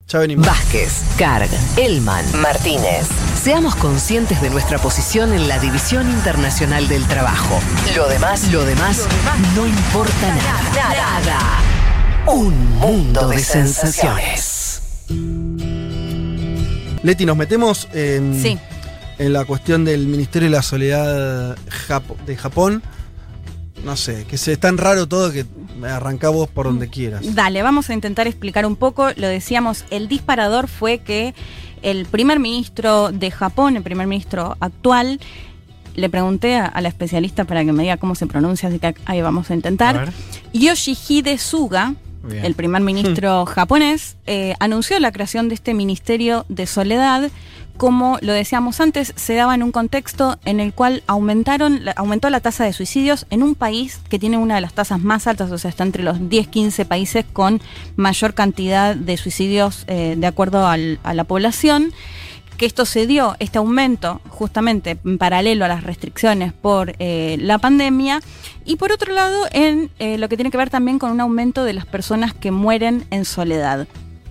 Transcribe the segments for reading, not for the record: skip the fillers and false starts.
Ya venimos. Vázquez, Carg, Elman, Martínez. Seamos conscientes de nuestra posición en la División Internacional del Trabajo. Lo demás no importa nada. Un mundo de sensaciones. Leti, nos metemos Sí. en la cuestión del Ministerio de la Soledad de Japón. No sé, que es tan raro todo que arrancá vos por donde quieras. Dale, vamos a intentar explicar un poco. Lo decíamos, el disparador fue que el primer ministro de Japón, el primer ministro actual, le pregunté a la especialista para que me diga cómo se pronuncia, así que ahí vamos a intentar. A ver. Yoshihide Suga, Bien. el primer ministro japonés, anunció la creación de este Ministerio de Soledad. Como lo decíamos antes, se daba en un contexto en el cual aumentó la tasa de suicidios en un país que tiene una de las tasas más altas, o sea, está entre los 10-15 países con mayor cantidad de suicidios de acuerdo a la población. Que esto se dio, este aumento, justamente en paralelo a las restricciones por la pandemia. Y por otro lado, en lo que tiene que ver también con un aumento de las personas que mueren en soledad.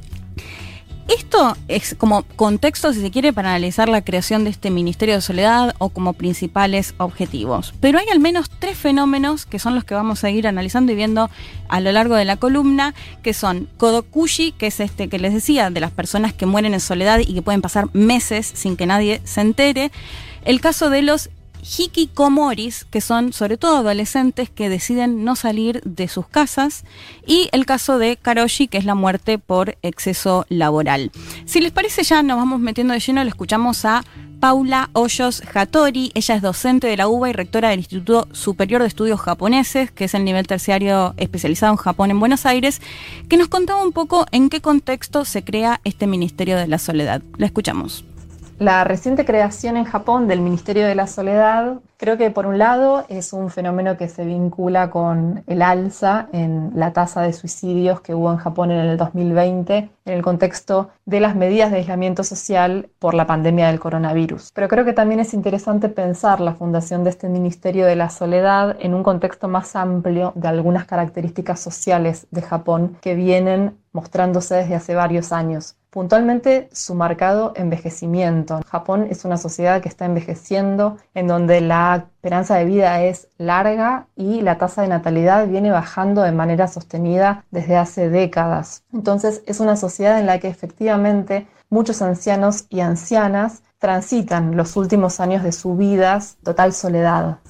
Esto es como contexto, si se quiere, para analizar la creación de este Ministerio de Soledad o como principales objetivos. Pero hay al menos 3 fenómenos que son los que vamos a ir analizando y viendo a lo largo de la columna, que son Kodokushi, que es este que les decía, de las personas que mueren en soledad y que pueden pasar meses sin que nadie se entere. El caso de los hikikomoris, que son sobre todo adolescentes que deciden no salir de sus casas, y el caso de karoshi, que es la muerte por exceso laboral. Si les parece, ya nos vamos metiendo de lleno, le escuchamos a Paula Hoyos Hattori. Ella es docente de la UBA y rectora del Instituto Superior de Estudios Japoneses, que es el nivel terciario especializado en Japón en Buenos Aires, que nos contaba un poco en qué contexto se crea este Ministerio de la Soledad. La escuchamos. La reciente creación en Japón del Ministerio de la Soledad, creo que por un lado es un fenómeno que se vincula con el alza en la tasa de suicidios que hubo en Japón en el 2020, en el contexto de las medidas de aislamiento social por la pandemia del coronavirus. Pero creo que también es interesante pensar la fundación de este Ministerio de la Soledad en un contexto más amplio de algunas características sociales de Japón que vienen mostrándose desde hace varios años. Puntualmente, su marcado envejecimiento. Japón es una sociedad que está envejeciendo, en donde la esperanza de vida es larga y la tasa de natalidad viene bajando de manera sostenida desde hace décadas. Entonces, es una sociedad en la que efectivamente muchos ancianos y ancianas transitan los últimos años de su vida total soledad.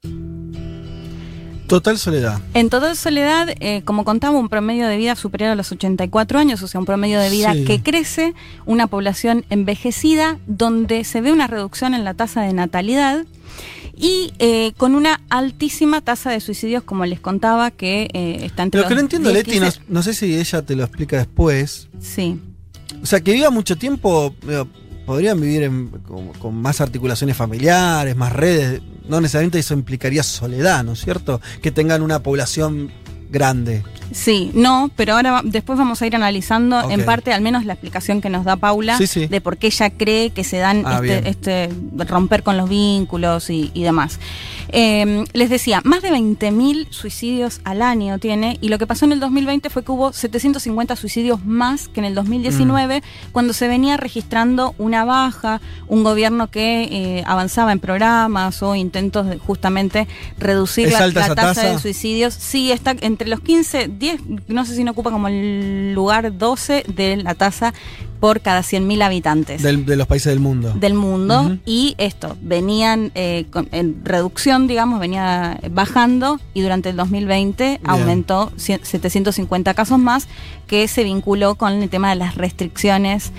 Total soledad. En total soledad, como contaba, un promedio de vida superior a los 84 años, o sea, un promedio de vida que crece, una población envejecida, donde se ve una reducción en la tasa de natalidad y con una altísima tasa de suicidios, como les contaba, que está entre Lo que no entiendo, 10, Leti, no sé si ella te lo explica después. Sí. O sea, que viva mucho tiempo, podrían vivir con más articulaciones familiares, más redes. No necesariamente eso implicaría soledad, ¿no es cierto? Que tengan una población grande. Sí, no, pero ahora después vamos a ir analizando en parte al menos la explicación que nos da Paula de por qué ella cree que se dan este romper con los vínculos y demás. Les decía, más de 20.000 suicidios al año tiene, y lo que pasó en el 2020 fue que hubo 750 suicidios más que en el 2019, cuando se venía registrando una baja, un gobierno que avanzaba en programas o intentos de justamente reducir la tasa de suicidios. Sí, está entre los 10, no sé si no ocupa como el lugar 12 de la tasa por cada 100.000 habitantes. De los países del mundo. Del mundo, y esto, venían en reducción, digamos, venía bajando, y durante el 2020 aumentó 750 casos más, que se vinculó con el tema de las restricciones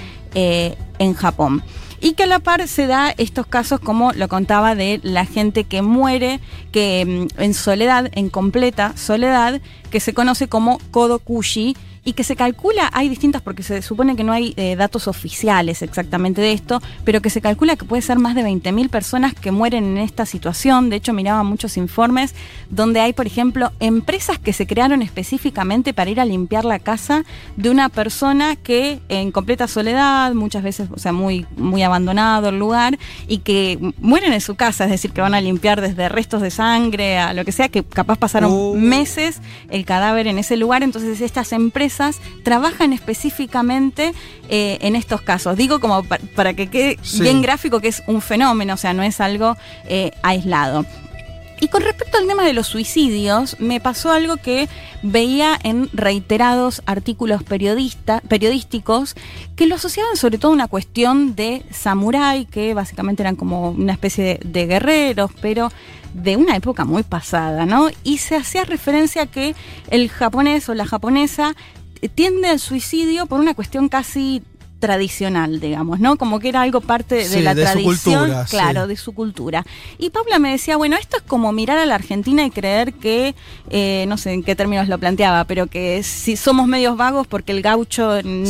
en Japón. Y que a la par se da estos casos, como lo contaba, de la gente que muere que en soledad, en completa soledad, que se conoce como Kodokushi, y que se calcula, hay distintas, porque se supone que no hay datos oficiales exactamente de esto, pero que se calcula que puede ser más de 20.000 personas que mueren en esta situación. De hecho, miraba muchos informes donde hay, por ejemplo, empresas que se crearon específicamente para ir a limpiar la casa de una persona que en completa soledad, muchas veces, o sea, muy, muy abandonado el lugar, y que mueren en su casa, es decir, que van a limpiar desde restos de sangre a lo que sea, que capaz pasaron meses el cadáver en ese lugar. Entonces estas empresas japonesas trabajan específicamente en estos casos. Digo como para que quede bien gráfico que es un fenómeno, o sea, no es algo aislado. Y con respecto al tema de los suicidios, me pasó algo que veía en reiterados artículos periodísticos que lo asociaban sobre todo a una cuestión de samurái, que básicamente eran como una especie de guerreros, pero de una época muy pasada, ¿no? Y se hacía referencia a que el japonés o la japonesa tiende al suicidio por una cuestión casi tradicional, digamos, ¿no? Como que era algo parte de la tradición, su cultura, claro, de su cultura. Y Paula me decía, bueno, esto es como mirar a la Argentina y creer que, no sé en qué términos lo planteaba, pero que si somos medios vagos porque el gaucho en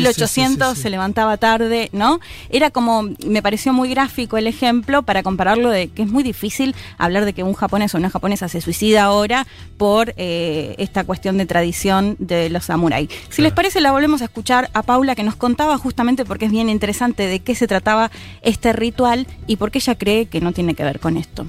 1800 se levantaba tarde, ¿no? Era como, me pareció muy gráfico el ejemplo para compararlo de que es muy difícil hablar de que un japonés o una japonesa se suicida ahora por esta cuestión de tradición de los samuráis. Si les parece, la volvemos a escuchar a Paula, que nos contaba justamente porque es bien interesante de qué se trataba este ritual y por qué ella cree que no tiene que ver con esto.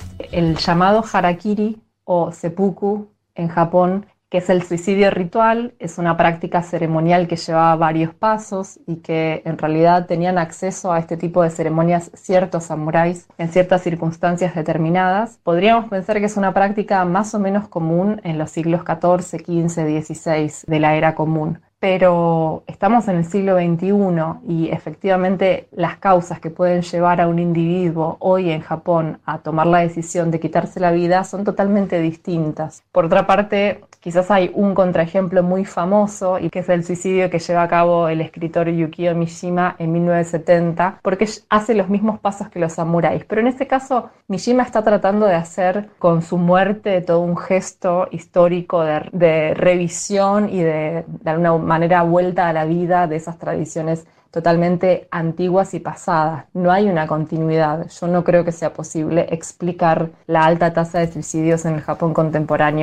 El llamado harakiri o seppuku en Japón, que es el suicidio ritual, es una práctica ceremonial que llevaba varios pasos y que en realidad tenían acceso a este tipo de ceremonias ciertos samuráis en ciertas circunstancias determinadas. Podríamos pensar que es una práctica más o menos común en los siglos XIV, XV, XVI de la era común. Pero estamos en el siglo XXI y efectivamente las causas que pueden llevar a un individuo hoy en Japón a tomar la decisión de quitarse la vida son totalmente distintas. Por otra parte, quizás hay un contraejemplo muy famoso y que es el suicidio que lleva a cabo el escritor Yukio Mishima en 1970, porque hace los mismos pasos que los samuráis. Pero en este caso, Mishima está tratando de hacer con su muerte todo un gesto histórico de revisión y de alguna manera vuelta a la vida de esas tradiciones totalmente antiguas y pasadas. No hay una continuidad. Yo no creo que sea posible explicar la alta tasa de suicidios en el Japón contemporáneo.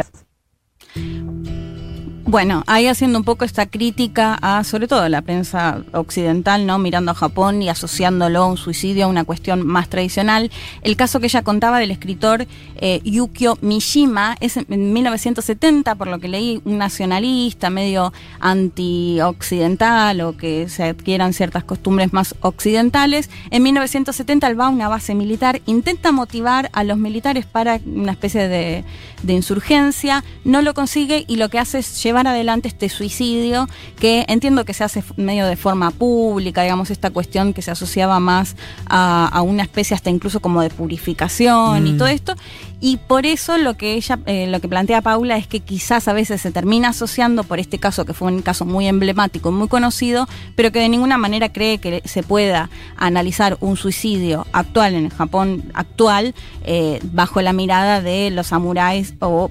Bueno, ahí haciendo un poco esta crítica a, sobre todo, la prensa occidental, ¿no? Mirando a Japón y asociándolo a un suicidio, a una cuestión más tradicional. El caso que ella contaba del escritor Yukio Mishima es en 1970, por lo que leí, un nacionalista medio anti-occidental o que se adquieran ciertas costumbres más occidentales. En 1970 él va a una base militar, intenta motivar a los militares para una especie de insurgencia, no lo consigue y lo que hace es llevar adelante este suicidio que entiendo que se hace medio de forma pública, digamos, esta cuestión que se asociaba más a una especie hasta incluso como de purificación y todo esto, y por eso lo que plantea Paula es que quizás a veces se termina asociando por este caso, que fue un caso muy emblemático, muy conocido, pero que de ninguna manera cree que se pueda analizar un suicidio actual en el Japón actual bajo la mirada de los samuráis o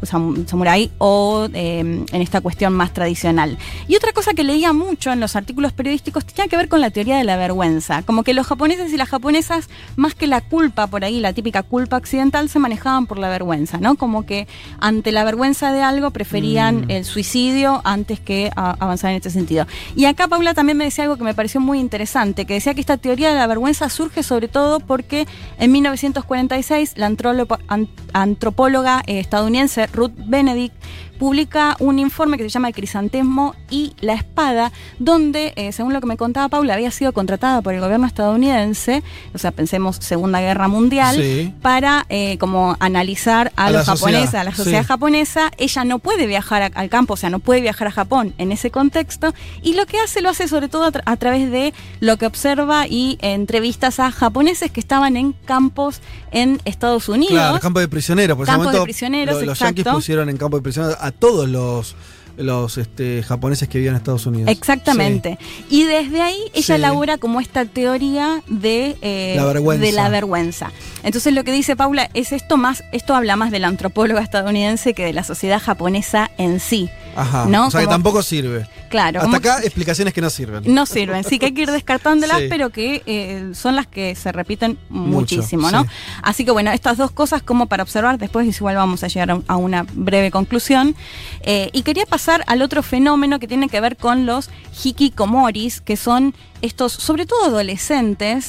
en esta cuestión más tradicional. Y otra cosa que leía mucho en los artículos periodísticos tenía que ver con la teoría de la vergüenza, como que los japoneses y las japonesas, más que la culpa por ahí, la típica culpa occidental, se manejaban por la vergüenza, ¿no? Como que ante la vergüenza de algo preferían el suicidio antes que avanzar en este sentido. Y acá Paula también me decía algo que me pareció muy interesante, que decía que esta teoría de la vergüenza surge sobre todo porque en 1946 la antropóloga estadounidense Ruth Benedict publica un informe que se llama El crisantemo y la espada, donde, según lo que me contaba Paula, había sido contratada por el gobierno estadounidense, o sea, pensemos Segunda Guerra Mundial, para como analizar a los japoneses, a la sociedad japonesa. Ella no puede viajar al campo, o sea, no puede viajar a Japón en ese contexto, y lo que hace, lo hace sobre todo a través de lo que observa y entrevistas a japoneses que estaban en campos en Estados Unidos. Claro, campo de prisioneros, por ese momento de prisioneros, los yanquis pusieron en campo de prisioneros a todos los japoneses que vivían en Estados Unidos. Exactamente. Sí. Y desde ahí ella elabora como esta teoría de la vergüenza. Entonces lo que dice Paula es esto habla más de la antropóloga estadounidense que de la sociedad japonesa en sí. Ajá. ¿No? O sea, que tampoco sirve. Claro. Hasta acá explicaciones que no sirven. No sirven, sí que hay que ir descartándolas, pero que son las que se repiten muchísimo, ¿no? Sí. Así que bueno, estas dos cosas como para observar, después igual vamos a llegar a una breve conclusión. Y quería pasar al otro fenómeno que tiene que ver con los hikikomoris, que son estos, sobre todo adolescentes,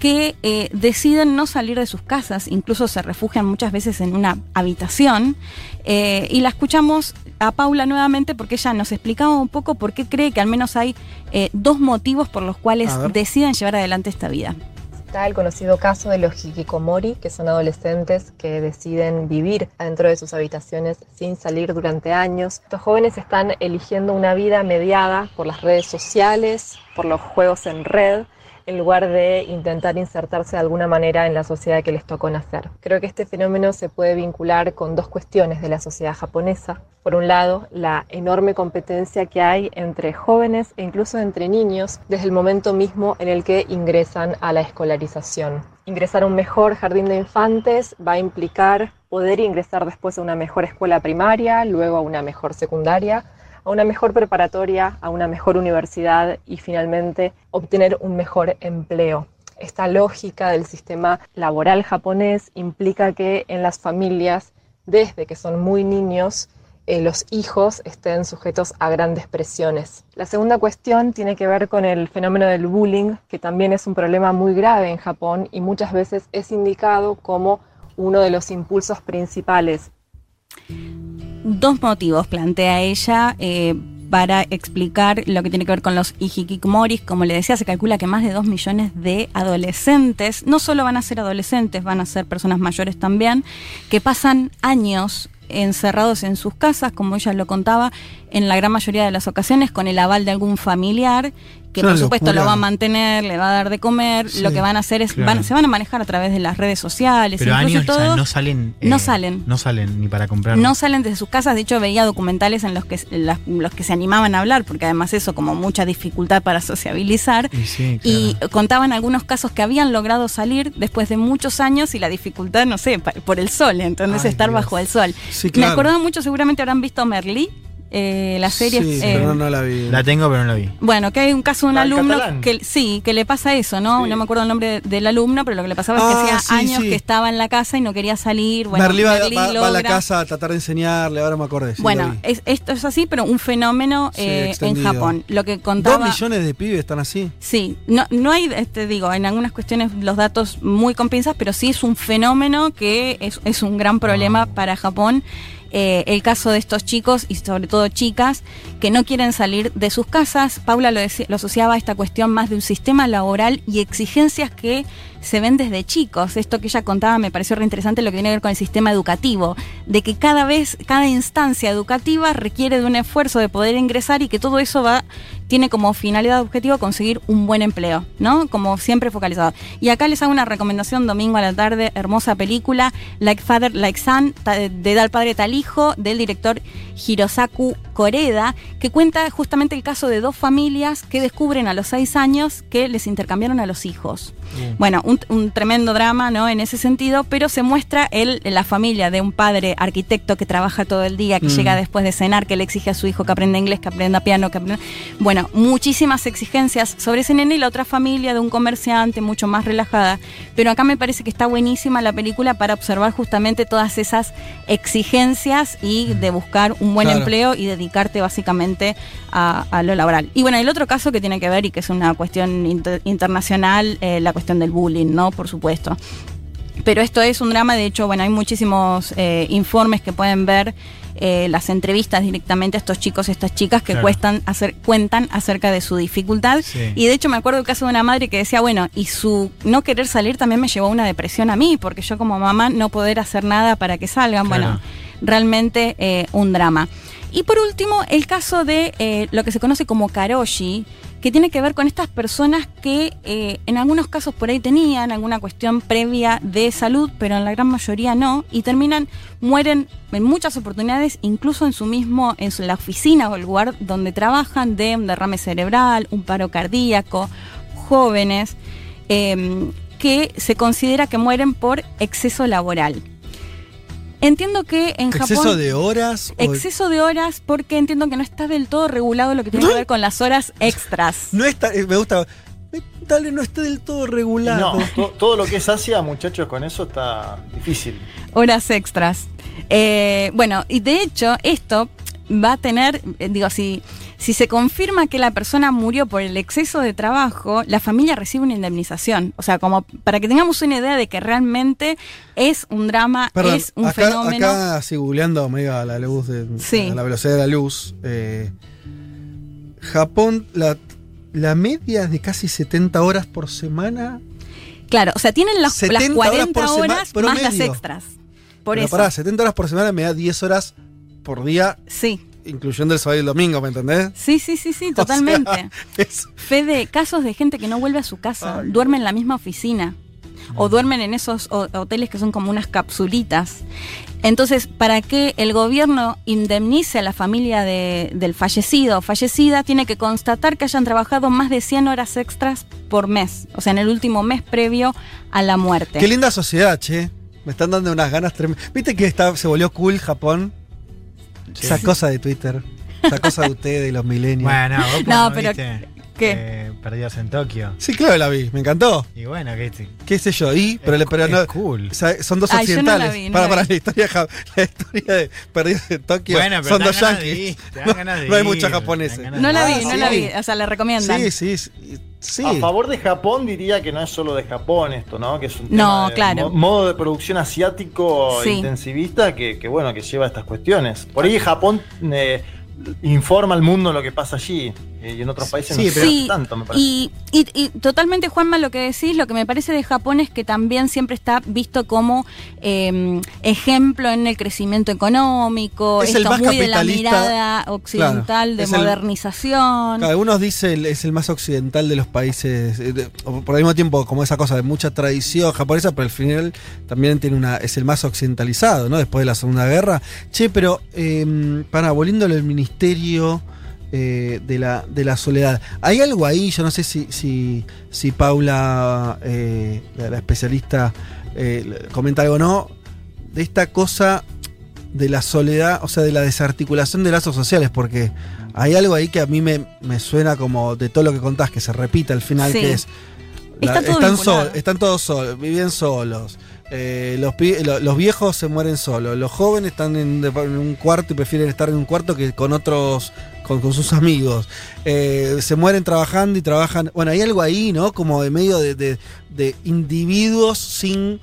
que deciden no salir de sus casas, incluso se refugian muchas veces en una habitación. Y la escuchamos a Paula nuevamente porque ella nos explicaba un poco por qué cree que al menos hay 2 motivos por los cuales deciden llevar adelante esta vida. Está el conocido caso de los hikikomori, que son adolescentes que deciden vivir adentro de sus habitaciones sin salir durante años. Estos jóvenes están eligiendo una vida mediada por las redes sociales, por los juegos en red, en lugar de intentar insertarse de alguna manera en la sociedad que les tocó nacer. Creo que este fenómeno se puede vincular con 2 cuestiones de la sociedad japonesa. Por un lado, la enorme competencia que hay entre jóvenes e incluso entre niños desde el momento mismo en el que ingresan a la escolarización. Ingresar a un mejor jardín de infantes va a implicar poder ingresar después a una mejor escuela primaria, luego a una mejor secundaria, a una mejor preparatoria, a una mejor universidad y finalmente obtener un mejor empleo. Esta lógica del sistema laboral japonés implica que en las familias, desde que son muy niños, los hijos estén sujetos a grandes presiones. La segunda cuestión tiene que ver con el fenómeno del bullying, que también es un problema muy grave en Japón y muchas veces es indicado como uno de los impulsos principales. 2 motivos plantea ella para explicar lo que tiene que ver con los hikikomoris. Como le decía, se calcula que más de 2 millones de adolescentes, no solo van a ser adolescentes, van a ser personas mayores también, que pasan años encerrados en sus casas, como ella lo contaba, en la gran mayoría de las ocasiones con el aval de algún familiar que por supuesto lo va a mantener, le va a dar de comer, lo que van a hacer es, se van a manejar a través de las redes sociales. Pero años, todo, o sea, no salen ni para comprar. No salen desde sus casas. De hecho, veía documentales en los que se animaban a hablar, porque además eso, como mucha dificultad para sociabilizar. Y contaban algunos casos que habían logrado salir después de muchos años y la dificultad, no sé, por el sol, entonces estar bajo el sol. Sí, me acordaba mucho, seguramente habrán visto Merlí. La serie. Sí, pero no la vi. La tengo, pero no la vi. Bueno, que hay un caso de un alumno que le pasa eso, ¿no? Sí. No me acuerdo el nombre del alumno, pero lo que le pasaba es que hacía años que estaba en la casa y no quería salir. Bueno, Merlí va a la casa a tratar de enseñarle, ahora me acordé. Sí, bueno, esto es así, pero un fenómeno en Japón. Lo que contaba. 2 millones de pibes están así. Sí, no hay, digo, en algunas cuestiones los datos muy con pinzas, pero sí es un fenómeno que es un gran problema para Japón. El caso de estos chicos y sobre todo chicas que no quieren salir de sus casas. Paula lo asociaba a esta cuestión más de un sistema laboral y exigencias que se ven desde chicos. Esto que ella contaba me pareció re interesante, lo que tiene que ver con el sistema educativo, de que cada instancia educativa requiere de un esfuerzo de poder ingresar y que todo eso tiene como finalidad objetivo conseguir un buen empleo, ¿no? Como siempre focalizado. Y acá les hago una recomendación, domingo a la tarde, hermosa película, Like Father, Like Son, de Tal Padre Tal Hijo, del director Hirosaku Koreda, que cuenta justamente el caso de 2 familias que descubren a los 6 años que les intercambiaron a los hijos. Bueno, un tremendo drama, ¿no? En ese sentido, pero se muestra la familia de un padre arquitecto que trabaja todo el día, que llega después de cenar, que le exige a su hijo que aprenda inglés, que aprenda piano, bueno, muchísimas exigencias sobre ese nene, y la otra familia de un comerciante mucho más relajada. Pero acá me parece que está buenísima la película para observar justamente todas esas exigencias y de buscar un buen empleo y dedicarte básicamente a lo laboral. Y bueno, el otro caso que tiene que ver y que es una cuestión internacional, la cuestión del bullying, ¿no? Por supuesto. Pero esto es un drama, de hecho, bueno, hay muchísimos informes que pueden ver, las entrevistas directamente a estos chicos y estas chicas que cuentan acerca de su dificultad. Sí. Y de hecho me acuerdo del caso de una madre que decía, bueno, y su no querer salir también me llevó a una depresión a mí, porque yo como mamá no poder hacer nada para que salgan. Bueno, realmente un drama. Y por último, el caso de lo que se conoce como karoshi, que tiene que ver con estas personas que en algunos casos por ahí tenían alguna cuestión previa de salud, pero en la gran mayoría no, y mueren en muchas oportunidades, incluso en la oficina o el lugar donde trabajan, de un derrame cerebral, un paro cardíaco, jóvenes, que se considera que mueren por exceso laboral. Entiendo que en Japón... ¿Exceso de horas? Exceso de horas, porque entiendo que no está del todo regulado lo que tiene que ver con las horas extras. No está, me gusta... Tal vez no esté del todo regulado. No, todo lo que es Asia, muchachos, con eso está difícil. Horas extras. Bueno, y de hecho, esto va a tener, si Si se confirma que la persona murió por el exceso de trabajo, la familia recibe una indemnización. O sea, como para que tengamos una idea de que realmente es un drama, Perdón, es un acá, fenómeno. Acá, así googleando medio a la luz, a la velocidad de la luz, Japón, la media es de casi 70 horas por semana. Claro, o sea, tienen las 40 horas promedio. más las extras. Por Pero eso. pará, 70 horas por semana me da 10 horas por día. Sí. Incluyendo el sábado y el domingo, ¿me entendés? Sí, totalmente. O sea, Fede, casos de gente que no vuelve a su casa, duerme en la misma oficina o duermen en esos hoteles que son como unas capsulitas. Entonces, para que el gobierno indemnice a la familia del fallecido o fallecida, tiene que constatar que hayan trabajado más de 100 horas extras por mes, o sea, en el último mes previo a la muerte. Qué linda sociedad, che. Me están dando unas ganas tremendas. ¿Viste que se volvió cool Japón? Sí. Esa cosa de Twitter, esa cosa de ustedes y los millennials. Bueno, vos no, no pero viste, ¿qué? Perdidos en Tokio. Sí, claro, la vi, me encantó. Y bueno, ¿qué sé yo? Pero no, cool. O sea, son dos Ay, occidentales. Yo no la vi, para la historia de Perdidos en Tokio. Bueno, pero son dos yankees. No hay mucha japonesa. No la vi. O sea, le recomiendan. Sí. A favor de Japón diría que no es solo de Japón esto, ¿no? Que es un claro. modo de producción asiático intensivista que bueno, que lleva a estas cuestiones. Por ahí Japón informa al mundo lo que pasa allí. Y en otros países no se tanto, me parece. Y totalmente, Juanma, lo que decís, lo que me parece de Japón es que también siempre está visto como ejemplo en el crecimiento económico, es esto el más muy de la capitalista, mirada occidental, de modernización. Algunos dicen es el más occidental de los países, por el mismo tiempo como esa cosa de mucha tradición japonesa, pero al final también es el más occidentalizado, ¿no? Después de la Segunda Guerra. Che, pero volviéndole al ministerio de la soledad. Hay algo ahí, yo no sé si Paula, la especialista, comenta algo o no, de esta cosa de la soledad, o sea, de la desarticulación de lazos sociales, porque hay algo ahí que a mí me suena como de todo lo que contás, que se repite al final, que es... Están todos solos, viven solos. Los viejos se mueren solos. Los jóvenes están en un cuarto y prefieren estar en un cuarto que con otros, con sus amigos. Se mueren trabajando y trabajan. Bueno, hay algo ahí, ¿no? Como de medio de individuos sin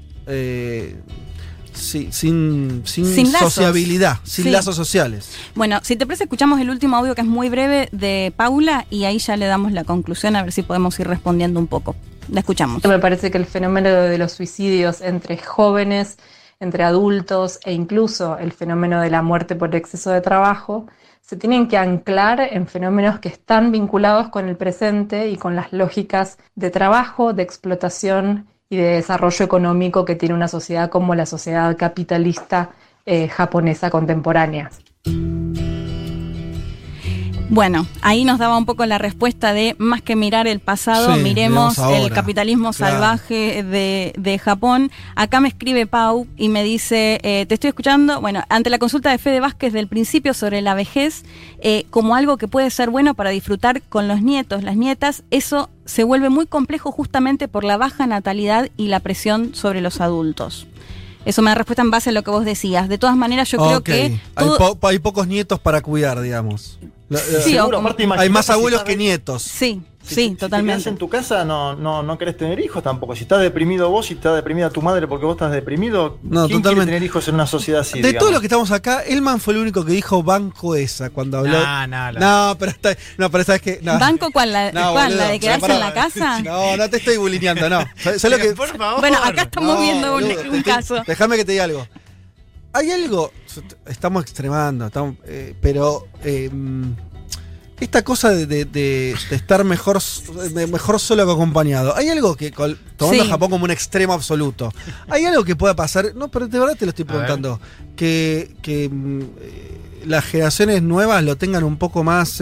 sociabilidad, sin lazos sociales. Bueno, si te parece, escuchamos el último audio que es muy breve de Paula y ahí ya le damos la conclusión a ver si podemos ir respondiendo un poco. La escuchamos. Me parece que el fenómeno de los suicidios entre jóvenes, entre adultos e incluso el fenómeno de la muerte por exceso de trabajo se tienen que anclar en fenómenos que están vinculados con el presente y con las lógicas de trabajo, de explotación y de desarrollo económico que tiene una sociedad como la sociedad capitalista japonesa contemporánea. Bueno, ahí nos daba un poco la respuesta de más que mirar el pasado, miremos el capitalismo salvaje de Japón. Acá me escribe Pau y me dice, te estoy escuchando, bueno, ante la consulta de Fede Vázquez del principio sobre la vejez, como algo que puede ser bueno para disfrutar con los nietos, las nietas, eso se vuelve muy complejo justamente por la baja natalidad y la presión sobre los adultos. Eso me da respuesta en base a lo que vos decías. De todas maneras, yo creo que... Hay pocos nietos para cuidar, digamos. Seguro, aparte, hay más abuelos que nietos. Sí, totalmente. Si te quedás en tu casa, no querés tener hijos tampoco. Si estás deprimido vos y está deprimida tu madre porque vos estás deprimido, ¿quién quiere tener hijos en una sociedad así? De todos los que estamos acá, Elman fue el único que dijo banco esa cuando habló. No, pero sabes que. ¿Banco cuál? ¿La de quedarse en la casa? No te estoy bulineando, no. Por favor. Bueno, acá estamos viendo un caso. Déjame que te diga algo. Hay algo, estamos extremando, pero esta cosa de estar mejor solo que acompañado, hay algo que, tomando a Japón como un extremo absoluto, hay algo que pueda pasar, no, pero de verdad te lo estoy preguntando, que las generaciones nuevas lo tengan un poco más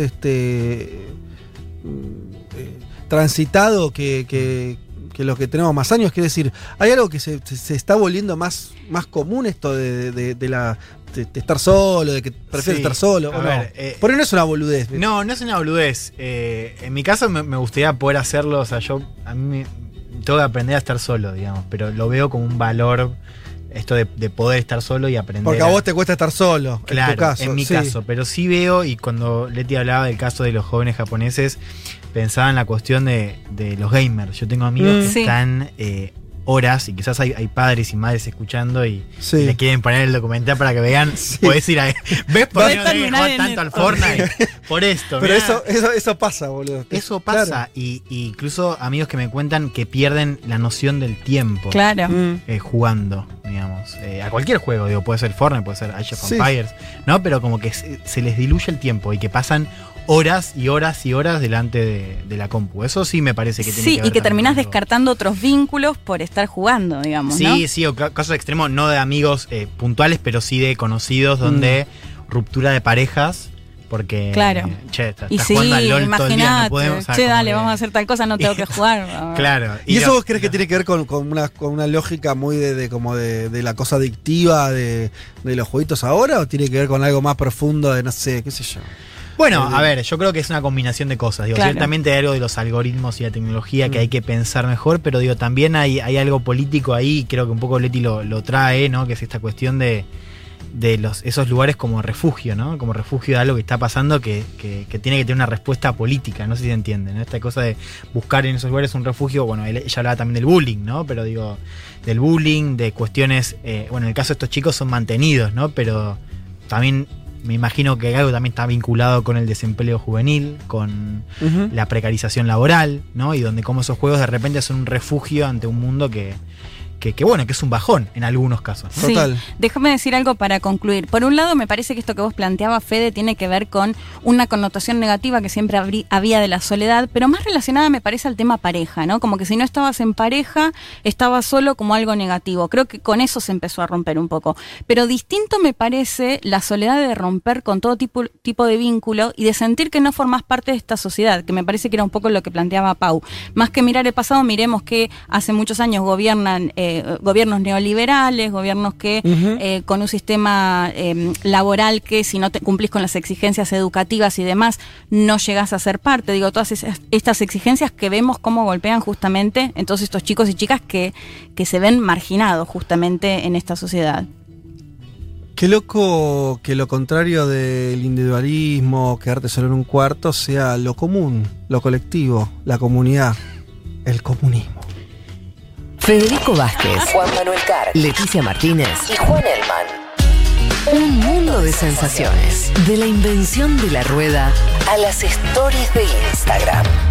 transitado que los que tenemos más años. Quiere decir, hay algo que se está volviendo más común, esto de estar solo, de que prefieres estar solo. ¿O no? Por ahí no es una boludez. No es una boludez. En mi caso me gustaría poder hacerlo. O sea, a mí tengo que aprender a estar solo, digamos, pero lo veo como un valor esto de poder estar solo y aprender. Porque a vos te cuesta estar solo, claro, en tu caso. En mi caso, pero sí veo, y cuando Leti hablaba del caso de los jóvenes japoneses, pensaba en la cuestión de los gamers. Yo tengo amigos que están horas, y quizás hay padres y madres escuchando y le quieren poner el documental para que vean. Podés ir a... ¿Ves por qué no tenés que jugar tanto al Fortnite? Por esto. Pero eso pasa, boludo. Eso pasa, claro. Y incluso amigos que me cuentan que pierden la noción del tiempo. Claro. Jugando, digamos. A cualquier juego, digo, puede ser Fortnite, puede ser Age of Empires, ¿no? Pero como que se les diluye el tiempo y que pasan horas y horas y horas delante de la compu. Eso sí me parece que tiene que ver. Sí, y que terminás descartando otros vínculos por estar jugando, digamos, ¿no? Sí, o casos extremos, no de amigos puntuales, pero sí de conocidos, donde ruptura de parejas, porque estás jugando al LOL todo el día, no podemos... Dale, vamos a hacer tal cosa, no tengo que jugar. Claro. ¿Y eso vos crees que tiene que ver con una lógica muy de la cosa adictiva de los jueguitos ahora, o tiene que ver con algo más profundo de, no sé, qué sé yo? Bueno, a ver, yo creo que es una combinación de cosas. Digo, ciertamente hay algo de los algoritmos y la tecnología que hay que pensar mejor, pero digo, también hay algo político ahí, creo que un poco Leti lo trae, ¿no? Que es esta cuestión de esos lugares como refugio, ¿no? Como refugio de algo que está pasando que tiene que tener una respuesta política, no sé si se entiende, ¿no? Esta cosa de buscar en esos lugares un refugio, bueno, ella hablaba también del bullying, ¿no? Pero digo, del bullying, de cuestiones, bueno, en el caso de estos chicos son mantenidos, ¿no? Pero también... Me imagino que algo también está vinculado con el desempleo juvenil, con la precarización laboral, ¿no? Y donde como esos juegos de repente son un refugio ante un mundo que es un bajón en algunos casos, ¿no? Sí. Total. Déjame decir algo para concluir. Por un lado, me parece que esto que vos planteabas, Fede, tiene que ver con una connotación negativa que siempre había de la soledad, pero más relacionada, me parece, al tema pareja, ¿no? Como que si no estabas en pareja, estabas solo como algo negativo. Creo que con eso se empezó a romper un poco. Pero distinto me parece la soledad de romper con todo tipo de vínculo y de sentir que no formás parte de esta sociedad, que me parece que era un poco lo que planteaba Pau. Más que mirar el pasado, miremos que hace muchos años gobiernan gobiernos neoliberales, gobiernos que con un sistema laboral que si no te cumplís con las exigencias educativas y demás, no llegás a ser parte. Digo, todas estas exigencias que vemos cómo golpean justamente en todos estos chicos y chicas que se ven marginados justamente en esta sociedad. Qué loco que lo contrario del individualismo, quedarte solo en un cuarto, sea lo común, lo colectivo, la comunidad, el comunismo. Federico Vázquez, Juan Manuel Carr, Leticia Martínez y Juan Elman. Un mundo de sensaciones. De la invención de la rueda a las stories de Instagram.